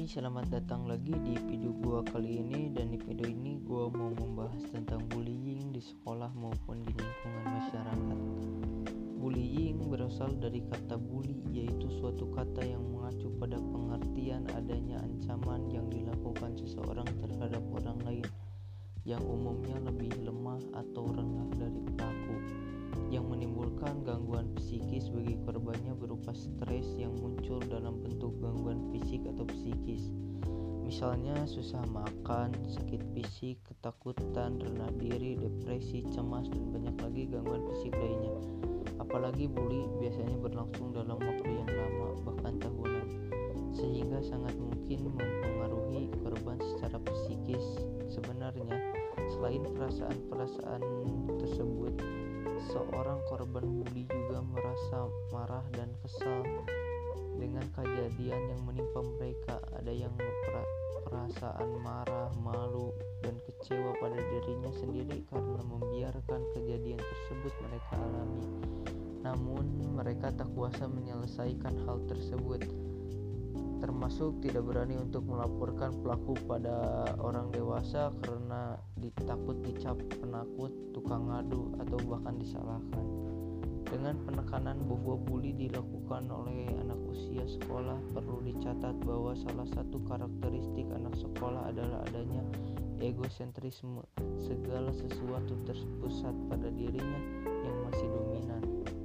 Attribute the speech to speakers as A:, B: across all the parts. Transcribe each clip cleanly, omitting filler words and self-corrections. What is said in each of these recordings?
A: Selamat datang lagi di video gua kali ini. Dan di video ini gua mau membahas tentang bullying di sekolah maupun di lingkungan masyarakat. Bullying berasal dari kata bully, yaitu suatu kata yang mengacu pada pengertian adanya ancaman yang dilakukan seseorang terhadap orang lain yang umumnya lebih lemah atau rendah dari pelaku, yang menimbulkan gangguan psikis bagi korbannya berupa stres yang muncul dalam bentuk gangguan fisik atau psikis. Misalnya susah makan, sakit fisik, ketakutan, rendah diri, depresi, cemas, dan banyak lagi gangguan fisik lainnya. Apalagi bully biasanya berlangsung dalam waktu yang lama, bahkan tahunan, sehingga sangat mungkin mempengaruhi korban secara psikis. Sebenarnya, selain perasaan-perasaan tersebut, seorang korban bully juga merasa marah dan kesal dengan kejadian yang menimpa mereka. Ada yang perasaan marah, malu, dan kecewa pada dirinya sendiri karena membiarkan kejadian tersebut mereka alami. Namun mereka tak kuasa menyelesaikan hal tersebut, termasuk tidak berani untuk melaporkan pelaku pada orang dewasa karena takut dicap penakut, tukang ngadu, atau bahkan disalahkan. Dengan penekanan bahwa bully dilakukan oleh anak usia sekolah, perlu dicatat bahwa salah satu karakteristik anak sekolah adalah adanya egosentrisme. Segala sesuatu terpusat pada dirinya yang masih dominan,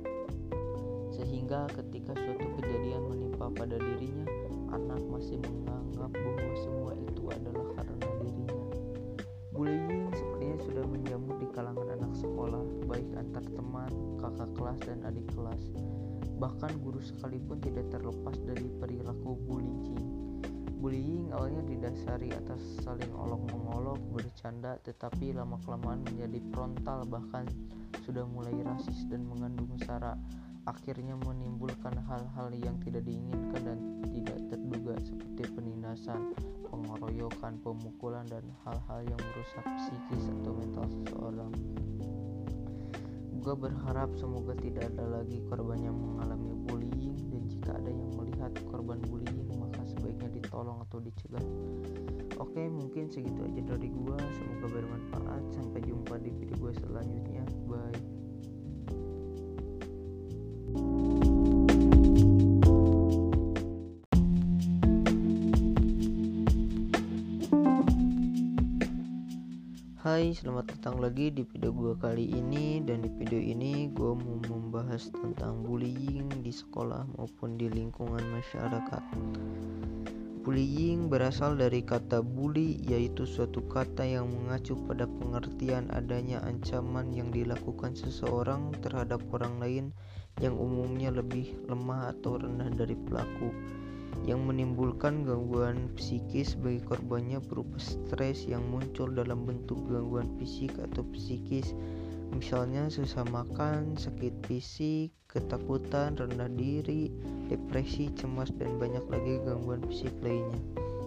A: sehingga ketika suatu kejadian menimpa pada dirinya, anak masih menganggap bahwa semua itu adalah karena dirinya. Bullying sepertinya sudah menjamur di kalangan anak sekolah, baik antar teman, kakak kelas, dan adik kelas. Bahkan guru sekalipun tidak terlepas dari perilaku bullying. Bullying awalnya didasari atas saling olok-mengolok, bercanda, tetapi lama-kelamaan menjadi frontal, bahkan sudah mulai rasis dan mengandung sara. Akhirnya menimbulkan hal-hal yang tidak diinginkan dan tidak terduga seperti penindasan, pengeroyokan, pemukulan, dan hal-hal yang merusak psikis atau mental seseorang. Gua berharap semoga tidak ada lagi korban yang mengalami bullying, dan jika ada yang melihat korban bullying maka sebaiknya ditolong atau dicegah. Oke, mungkin segitu aja dari gua. Semoga bermanfaat. Sampai jumpa di video gua selanjutnya. Bye. Hai, selamat datang lagi di video gue kali ini. Dan di video ini gue mau membahas tentang bullying di sekolah maupun di lingkungan masyarakat. Bullying berasal dari kata bully, yaitu suatu kata yang mengacu pada pengertian adanya ancaman yang dilakukan seseorang terhadap orang lain yang umumnya lebih lemah atau rendah dari pelaku, yang menimbulkan gangguan psikis bagi korbannya berupa stres yang muncul dalam bentuk gangguan fisik atau psikis. Misalnya susah makan, sakit fisik, ketakutan, rendah diri, depresi, cemas, dan banyak lagi gangguan fisik lainnya.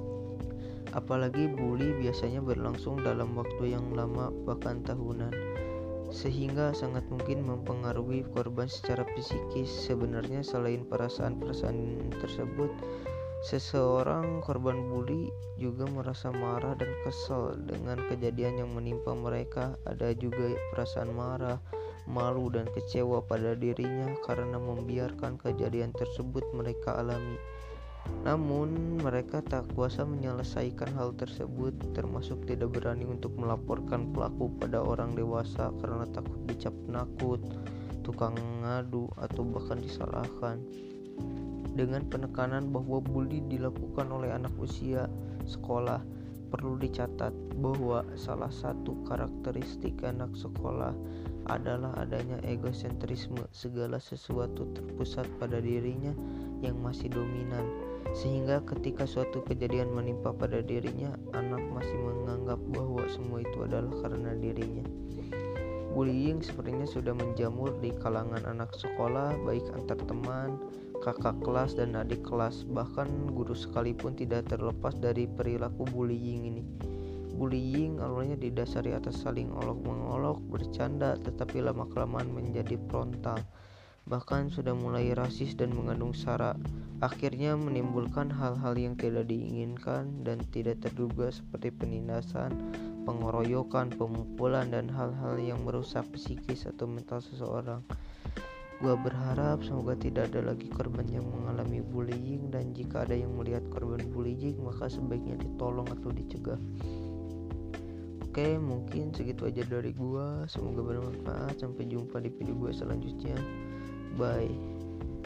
A: Apalagi bully biasanya berlangsung dalam waktu yang lama, bahkan tahunan, sehingga sangat mungkin mempengaruhi korban secara psikis. Sebenarnya selain perasaan-perasaan tersebut, seseorang korban bully juga merasa marah dan kesal dengan kejadian yang menimpa mereka. Ada juga perasaan marah, malu, dan kecewa pada dirinya karena membiarkan kejadian tersebut mereka alami. Namun mereka tak kuasa menyelesaikan hal tersebut, termasuk tidak berani untuk melaporkan pelaku pada orang dewasa karena takut dicap penakut, tukang ngadu, atau bahkan disalahkan. Dengan penekanan bahwa bully dilakukan oleh anak usia sekolah, perlu dicatat bahwa salah satu karakteristik anak sekolah adalah adanya egosentrisme. Segala sesuatu terpusat pada dirinya yang masih dominan, sehingga ketika suatu kejadian menimpa pada dirinya, anak masih menganggap bahwa semua itu adalah karena dirinya. Bullying sepertinya sudah menjamur di kalangan anak sekolah, baik antar teman, kakak kelas, dan adik kelas. Bahkan guru sekalipun tidak terlepas dari perilaku bullying ini. Bullying awalnya didasari atas saling olok-mengolok, bercanda, tetapi lama-kelamaan menjadi frontal, bahkan sudah mulai rasis dan mengandung sara. Akhirnya menimbulkan hal-hal yang tidak diinginkan dan tidak terduga seperti penindasan, pengeroyokan, pemukulan, dan hal-hal yang merusak psikis atau mental seseorang. Gua berharap semoga tidak ada lagi korban yang mengalami bullying, dan jika ada yang melihat korban bullying maka sebaiknya ditolong atau dicegah. Oke, mungkin segitu aja dari gua. Semoga bermanfaat. Sampai jumpa di video gua selanjutnya. Bye.